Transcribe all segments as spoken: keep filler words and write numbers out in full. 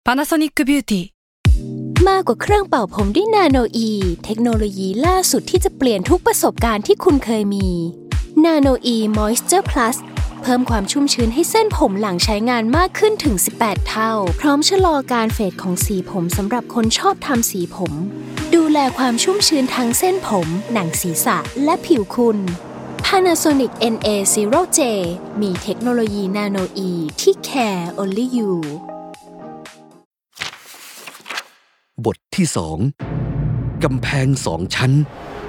Panasonic Beauty มากกว่าเครื่องเป่าผมด้วยนาโนอีเทคโนโลยีล่าสุดที่จะเปลี่ยนทุกประสบการณ์ที่คุณเคยมีนาโนอีมอยส์เจอร์พลัสเพิ่มความชุ่มชื้นให้เส้นผมหลังใช้งานมากขึ้นถึงสิบแปดเท่าพร้อมชะลอการเฟดของสีผมสำหรับคนชอบทำสีผมดูแลความชุ่มชื้นทั้งเส้นผมหนังศีรษะและผิวคุณ Panasonic เอ็น เอ ศูนย์ เจ มีเทคโนโลยีนาโนอีที่ care only you บทที่สองกำแพงสองชั้น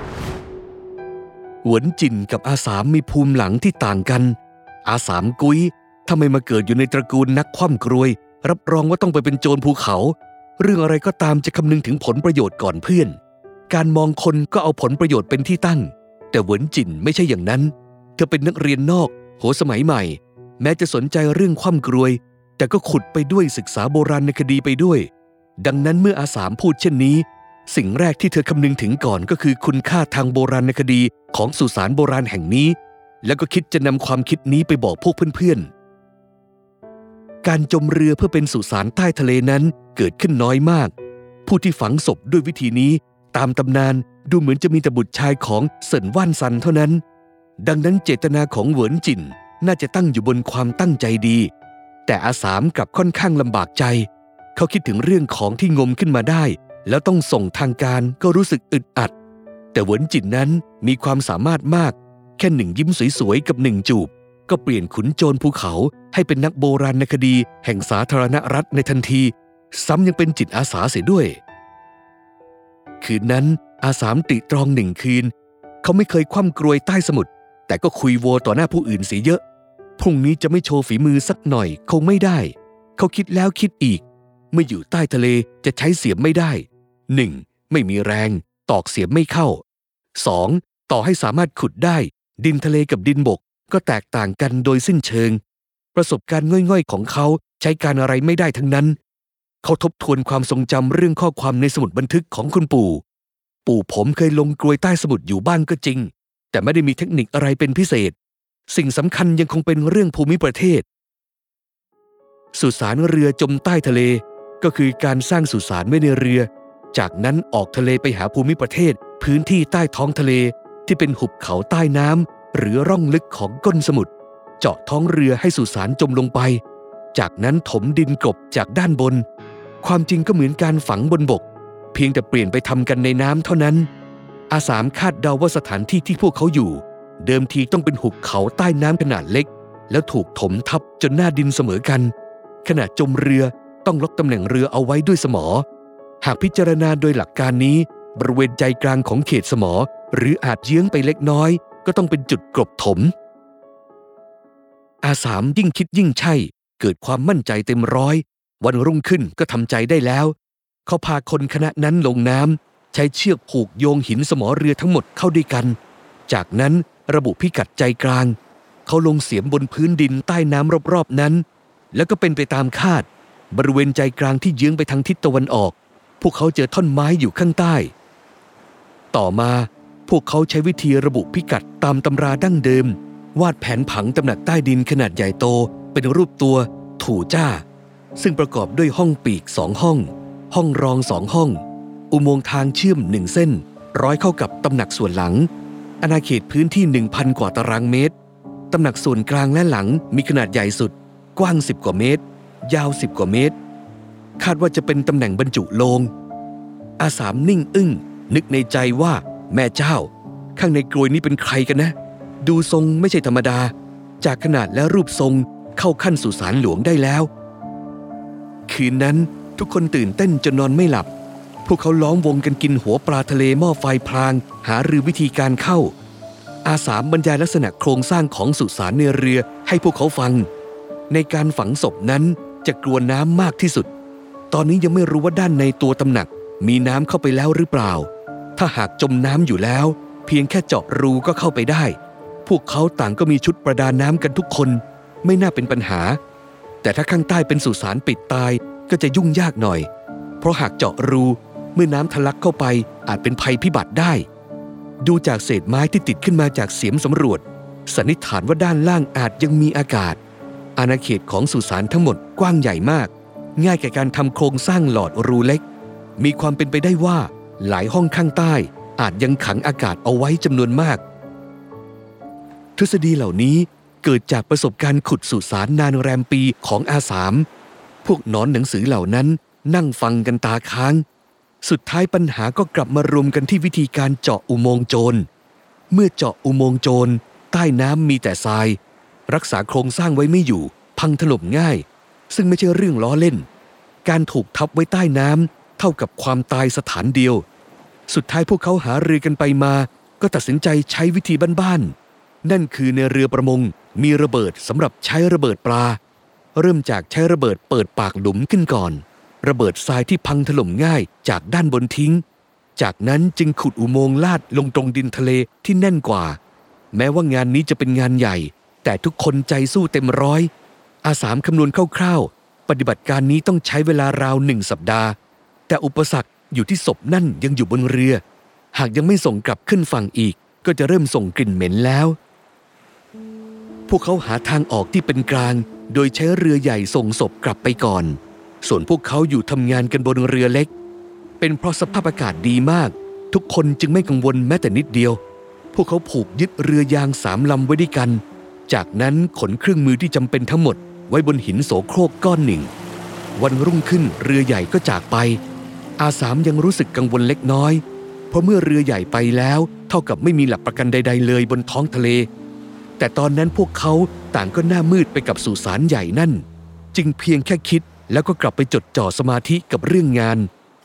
หวนจินกับอาสามมีภูมิหลังที่ต่างกันอาสามกุ้ยถ้าไม่มาเกิดอยู่ในตระกูลนักคว่ำกรวยรับรองว่าต้องไปเป็นโจรภูเขาเรื่องอะไรก็ตามจะคำนึงถึงผลประโยชน์ก่อนเพื่อนการมองคนก็เอาผลประโยชน์เป็นที่ตั้งแต่หวนจินไม่ใช่อย่างนั้นเธอเป็นนักเรียนนอกหัวสมัยใหม่แม้จะสนใจเรื่องคว่ำกรวยแต่ก็ขุดไปด้วยศึกษาโบราณคดีไปด้วยดังนั้นเมื่ออาสามพูดเช่นนี้สิ่งแรกที่เธอคำนึงถึงก่อนก็คือคุณค่าทางโบราณคดีของสุสานโบราณแห่งนี้แล้วก็คิดจะนำความคิดนี้ไปบอกพวกเพื่อนๆการจมเรือเพื่อเป็นสุสานใต้ทะเลนั้นเกิดขึ้นน้อยมากผู้ที่ฝังศพด้วยวิธีนี้ตามตำนานดูเหมือนจะมีแต่บุตรชายของเซินว่านซันเท่านั้นดังนั้นเจตนาของเหวินจินน่าจะตั้งอยู่บนความตั้งใจดีแต่อาสามกลับค่อนข้างลำบากใจเขาคิดถึงเรื่องของที่งมขึ้นมาได้แล้วต้องส่งทางการก็รู้สึกอึดอัดแต่เหวินจินนั้นมีความสามารถมากแค่หนึ่งยิ้มสวยๆกับหนึ่งจูบก็เปลี่ยนขุนโจรภูเขาให้เป็นนักโบราณคดีแห่งสาธารณรัฐในทันทีซ้ำยังเป็นจิตอาสาเสียด้วยคืนนั้นอาสามตรีตรองหนึ่งคืนเขาไม่เคยคว่ำกรวยใต้สมุทรแต่ก็คุยโวต่อหน้าผู้อื่นเสียเยอะพรุ่งนี้จะไม่โชว์ฝีมือสักหน่อยคงไม่ได้เขาคิดแล้วคิดอีกเมื่ออยู่ใต้ทะเลจะใช้เสียมไม่ได้ หนึ่ง. ไม่มีแรงตอกเสียมไม่เข้า สอง. ต่อให้สามารถขุดได้ดินทะเลกับดินบกก็แตกต่างกันโดยสิ้นเชิงประสบการณ์ง่อยๆของเขาใช้การอะไรไม่ได้ทั้งนั้นเขาทบทวนความทรงจำเรื่องข้อความในสมุดบันทึกของคุณปู่ปู่ผมเคยลงกรวยใต้สมุทรอยู่บ้างก็จริงแต่ไม่ได้มีเทคนิคอะไรเป็นพิเศษสิ่งสำคัญยังคงเป็นเรื่องภูมิประเทศสุสานเรือจมใต้ทะเลก็คือการสร้างสุสานไว้ในเรือจากนั้นออกทะเลไปหาภูมิประเทศพื้นที่ใต้ท้องทะเลที่เป็นหุบเขาใต้น้ำหรือร่องลึกของก้นสมุทรเจาะท้องเรือให้สุสานจมลงไปจากนั้นถมดินกลบจากด้านบนความจริงก็เหมือนการฝังบนบกเพียงแต่เปลี่ยนไปทำกันในน้ำเท่านั้นอาสามคาดเดาว่าสถานที่ที่พวกเขาอยู่เดิมทีต้องเป็นหุบเขาใต้น้ำขนาดเล็กแล้วถูกถมทับจนหน้าดินเสมอกันขณะจมเรือต้องล็อกตำแหน่งเรือเอาไว้ด้วยสมอหากพิจารณาโดยหลักการนี้บริเวณใจกลางของเขตสมอหรืออาจเยื้องไปเล็กน้อยก็ต้องเป็นจุดกลบถมอาสามยิ่งคิดยิ่งใช่เกิดความมั่นใจเต็มร้อยวันรุ่งขึ้นก็ทำใจได้แล้วเขาพาคนคณะนั้นลงน้ำใช้เชือกผูกโยงหินสมอเรือทั้งหมดเข้าด้วยกันจากนั้นระบุพิกัดใจกลางเขาลงเสียมบนพื้นดินใต้น้ำรอบๆนั้นแล้วก็เป็นไปตามคาดบริเวณใจกลางที่เยื้องไปทางทิศตะวันออกพวกเขาเจอท่อนไม้อยู่ข้างใต้ต่อมาพวกเขาใช้วิธีระบุพิกัดตามตำราดั้งเดิมวาดแผนผังตำหนักใต้ดินขนาดใหญ่โตเป็นรูปตัวถูจ้าซึ่งประกอบด้วยห้องปีกสองห้องห้องรองสองห้องอุโมงค์ทางเชื่อมหนึ่งเส้นร้อยเข้ากับตำหนักส่วนหลังอาณาเขตพื้นที่ หนึ่งพัน กว่าตารางเมตรตำหนักส่วนกลางและหลังมีขนาดใหญ่สุดกว้างสิบกว่าเมตรยาวสิบกว่าเมตรคาดว่าจะเป็นตำแหน่งบรรจุโลงอาสามนิ่งอึ้งนึกในใจว่าแม่เจ้าข้างในกรวยนี้เป็นใครกันนะดูทรงไม่ใช่ธรรมดาจากขนาดและรูปทรงเข้าขั้นสุสานหลวงได้แล้วคืนนั้นทุกคนตื่นเต้นจนนอนไม่หลับพวกเขาล้อมวงกันกินหัวปลาทะเลหม้อไฟพลางหารือวิธีการเข้าอาสามบรรยายลักษณะโครงสร้างของสุสานในเรือให้พวกเขาฟังในการฝังศพนั้นจะกลัวน้ำมากที่สุดตอนนี้ยังไม่รู้ว่าด้านในตัวตำหนักมีน้ำเข้าไปแล้วหรือเปล่าถ้าหากจมน้ำอยู่แล้วเพียงแค่เจาะรูก็เข้าไปได้พวกเขาต่างก็มีชุดประดาน้ำกันทุกคนไม่น่าเป็นปัญหาแต่ถ้าข้างใต้เป็นสุสานปิดตายก็จะยุ่งยากหน่อยเพราะหากเจาะรูเมื่อน้ำทะลักเข้าไปอาจเป็นภัยพิบัติได้ดูจากเศษไม้ที่ติดขึ้นมาจากเสียมสำรวจสันนิษฐานว่าด้านล่างอาจยังมีอากาศอาณาเขตของสุสานทั้งหมดกว้างใหญ่มากง่ายแก่การทำโครงสร้างหลอดรูเล็กมีความเป็นไปได้ว่าหลายห้องข้างใต้อาจยังขังอากาศเอาไว้จำนวนมากทฤษฎีเหล่านี้เกิดจากประสบการณ์ขุดสุสานนานแรมปีของอาสามพวกหนอนหนังสือเหล่านั้นนั่งฟังกันตาค้างสุดท้ายปัญหาก็กลับมารวมกันที่วิธีการเจาะอุโมงค์โจรเมื่อเจาะอุโมงค์โจรใต้น้ำมีแต่ทรายรักษาโครงสร้างไว้ไม่อยู่พังถล่มง่ายซึ่งไม่ใช่เรื่องล้อเล่นการถูกทับไว้ใต้น้ำเท่ากับความตายสถานเดียวสุดท้ายพวกเขาหารือกันไปมาก็ตัดสินใจใช้วิธีบ้านๆนั่นคือในเรือประมงมีระเบิดสำหรับใช้ระเบิดปลาเริ่มจากใช้ระเบิดเปิดปากหลุมขึ้นก่อนระเบิดทรายที่พังถล่มง่ายจากด้านบนทิ้งจากนั้นจึงขุดอุโมงค์ลาดลงตรงดินทะเลที่แน่นกว่าแม้ว่างานนี้จะเป็นงานใหญ่แต่ทุกคนใจสู้เต็มร้อยอาสามคำนวณคร่าวๆปฏิบัติการนี้ต้องใช้เวลาราวหนึ่งสัปดาห์แต่อุปสรรคอยู่ที่ศพนั่นยังอยู่บนเรือหากยังไม่ส่งกลับขึ้นฝั่งอีกก็จะเริ่มส่งกลิ่นเหม็นแล้วพวกเขาหาทางออกที่เป็นกลางโดยใช้เรือใหญ่ส่งศพกลับไปก่อนส่วนพวกเขาอยู่ทำงานกันบนเรือเล็กเป็นเพราะสภาพอากาศดีมากทุกคนจึงไม่กังวลแม้แต่นิดเดียวพวกเขาผูกยึดเรือยางสามลำไว้ด้วยกันจากนั้นขนเครื่องมือที่จำเป็นทั้งหมดไว้บนหินโสโครกก้อนหนึ่งวันรุ่งขึ้นเรือใหญ่ก็จากไปอาสามยังรู้สึกกังวลเล็กน้อยเพราะเมื่อเรือใหญ่ไปแล้วเท่ากับไม่มีหลักประกันใดๆเลยบนท้องทะเลแต่ตอนนั้นพวกเขาต่างก็หน้ามืดไปกับสุสานใหญ่นั่นจึงเพียงแค่คิดแล้วก็กลับไปจดจ่อสมาธิกับเรื่องงาน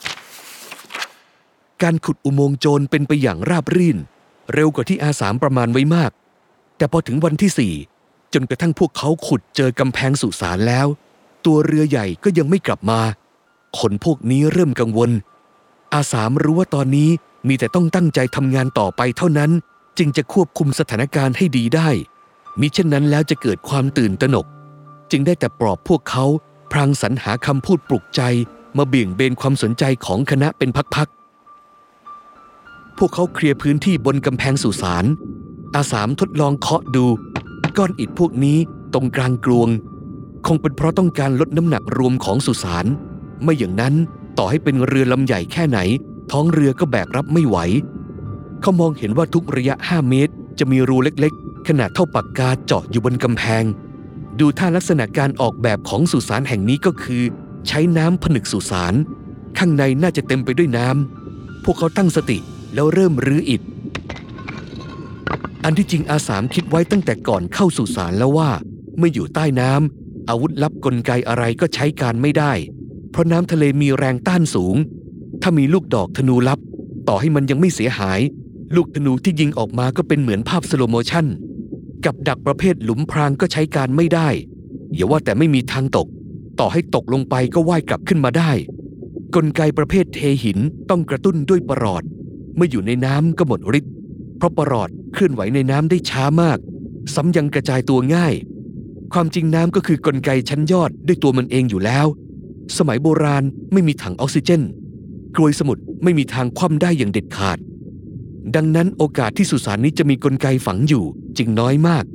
การขุดอุโมงค์โจรเป็นไปอย่างราบรื่นเร็วกว่าที่อาสามประมาณไว้มากแต่พอถึงวันที่สี่จนกระทั่งพวกเขาขุดเจอกำแพงสุสานแล้วตัวเรือใหญ่ก็ยังไม่กลับมาคนพวกนี้เริ่มกังวลอาสามรู้ว่าตอนนี้มีแต่ต้องตั้งใจทำงานต่อไปเท่านั้นจึงจะควบคุมสถานการณ์ให้ดีได้มิเช่นนั้นแล้วจะเกิดความตื่นตระหนกจึงได้แต่ปลอบพวกเขาพลางสรรหาคำพูดปลุกใจมาเบี่ยงเบนความสนใจของคณะเป็นพักๆพวกเขาเคลียร์พื้นที่บนกำแพงสุสานอาสามทดลองเคาะดูก้อนอิฐพวกนี้ตรงกลางกรวงคงเป็นเพราะต้องการลดน้ำหนักรวมของสุสานไม่อย่างนั้นต่อให้เป็นเรือลำใหญ่แค่ไหนท้องเรือก็แบกรับไม่ไหวเขามองเห็นว่าทุกระยะห้าเมตรจะมีรูเล็กๆขนาดเท่าปากกาเจาะอยู่บนกำแพงดูท่าลักษณะการออกแบบของสุสานแห่งนี้ก็คือใช้น้ำผนึกสุสานข้างในน่าจะเต็มไปด้วยน้ำพวกเขาตั้งสติแล้วเริ่มรื้ออิฐอันที่จริงอาสามคิดไว้ตั้งแต่ก่อนเข้าสุสานแล้วว่าเมื่ออยู่ใต้น้ำอาวุธลับกลไกอะไรก็ใช้การไม่ได้เพราะน้ำทะเลมีแรงต้านสูงถ้ามีลูกดอกธนูลับต่อให้มันยังไม่เสียหายลูกธนูที่ยิงออกมาก็เป็นเหมือนภาพสโลโมชั่นกับดักประเภทหลุมพรางก็ใช้การไม่ได้อย่าว่าแต่ไม่มีทางตกต่อให้ตกลงไปก็ว่ายกลับขึ้นมาได้กลไกประเภทเทหินต้องกระตุ้นด้วยประหลอดเมื่ออยู่ในน้ำก็หมดฤทธิ์เพราะประหลอดเคลื่อนไหวในน้ำได้ช้ามากซ้ำยังกระจายตัวง่ายความจริงน้ำก็คือกลไกชั้นยอดด้วยตัวมันเองอยู่แล้วสมัยโบราณไม่มีถังออกซิเจนกรวยสมุทรไม่มีทางคว่ำได้อย่างเด็ดขาดดังนั้นโอกาสที่สุสานนี้จะมีกลไกฝังอยู่จึงน้อยมาก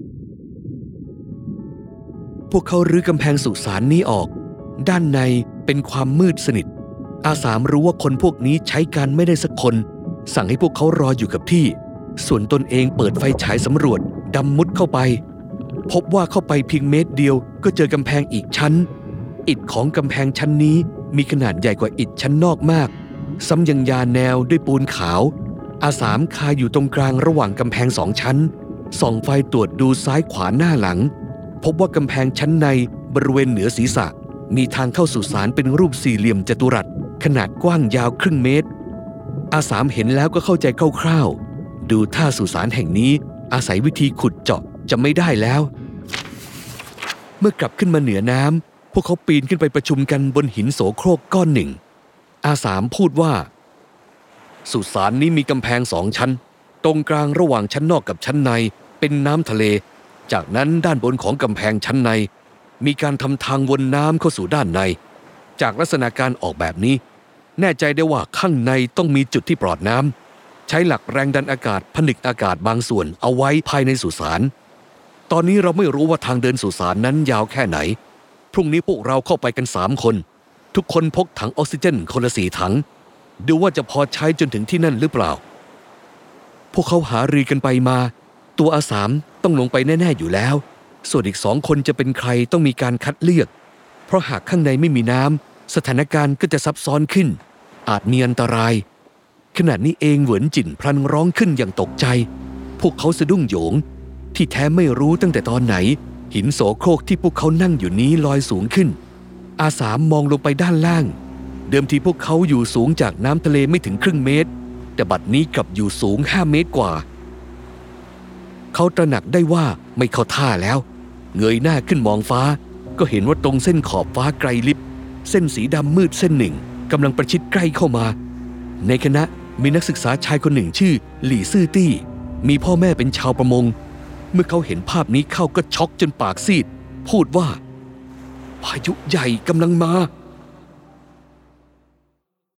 พวกเขารื้อกำแพงสุสานนี้ออกด้านในเป็นความมืดสนิทอาสามรู้ว่าคนพวกนี้ใช้การไม่ได้สักคนสั่งให้พวกเขารออยู่กับที่ส่วนตนเองเปิดไฟฉายสำรวจดำมุดเข้าไปพบว่าเข้าไปเพียงเมตรเดียวก็เจอกำแพงอีกชั้นอิฐของกำแพงชั้นนี้มีขนาดใหญ่กว่าอิฐชั้นนอกมากซ้ำยังยาแนวด้วยปูนขาวอาสามคาอยู่ตรงกลางระหว่างกำแพงสองชั้นส่องไฟตรวจดูซ้ายขวาหน้าหลังพบว่ากำแพงชั้นในบริเวณเหนือศีรษะมีทางเข้าสุสานเป็นรูปสี่เหลี่ยมจัตุรัสขนาดกว้างยาวครึ่งเมตรอาสามเห็นแล้วก็เข้าใจคร่าวๆดูท่าสุสานแห่งนี้อาศัยวิธีขุดเจาะจะไม่ได้แล้วเมื่อกลับขึ้นมาเหนือน้ำพวกเขาปีนขึ้นไปประชุมกันบนหินโสโครกก้อนหนึ่งอาสามพูดว่าสุสานนี้มีกำแพงสองชั้นตรงกลางระหว่างชั้นนอกกับชั้นในเป็นน้ำทะเลจากนั้นด้านบนของกำแพงชั้นในมีการทำทางวนน้ำเข้าสู่ด้านในจากลักษณะการออกแบบนี้แน่ใจได้ว่าข้างในต้องมีจุดที่ปลอดน้ำใช้หลักแรงดันอากาศผนึกอากาศบางส่วนเอาไว้ภายในสุสานตอนนี้เราไม่รู้ว่าทางเดินสุสานนั้นยาวแค่ไหนพรุ่งนี้พวกเราเข้าไปกันสามคนทุกคนพกถังออกซิเจนคนละสี่ถังดูว่าจะพอใช้จนถึงที่นั่นหรือเปล่าพวกเขาหารือกันไปมาตัวอาสามต้องลงไปแน่ๆอยู่แล้วส่วนอีกสองคนจะเป็นใครต้องมีการคัดเลือกเพราะหากข้างในไม่มีน้ำสถานการณ์ก็จะซับซ้อนขึ้นอาจมีอันตรายขณะนี้เองเหวินจิ่นพลันร้องขึ้นอย่างตกใจพวกเขาสะดุ้งโหยงที่แท้ไม่รู้ตั้งแต่ตอนไหนหินโสโครกที่พวกเขานั่งอยู่นี้ลอยสูงขึ้นอาสามมองลงไปด้านล่างเดิมทีพวกเขาอยู่สูงจากน้ำทะเลไม่ถึงครึ่งเมตรแต่บัดนี้กลับอยู่สูงห้าเมตรกว่าเขาตระหนักได้ว่าไม่เข้าท่าแล้วเงยหน้าขึ้นมองฟ้าก็เห็นว่าตรงเส้นขอบฟ้าไกลลิบเส้นสีดำมืดเส้นหนึ่งกำลังประชิดใกล้เข้ามาในคณะมีนักศึกษาชายคนหนึ่งชื่อหลี่ซื่อตี้มีพ่อแม่เป็นชาวประมงเมื่อเขาเห็นภาพนี้เข้าก็ช็อกจนปากซีดพูดว่าพายุใหญ่กำลังมา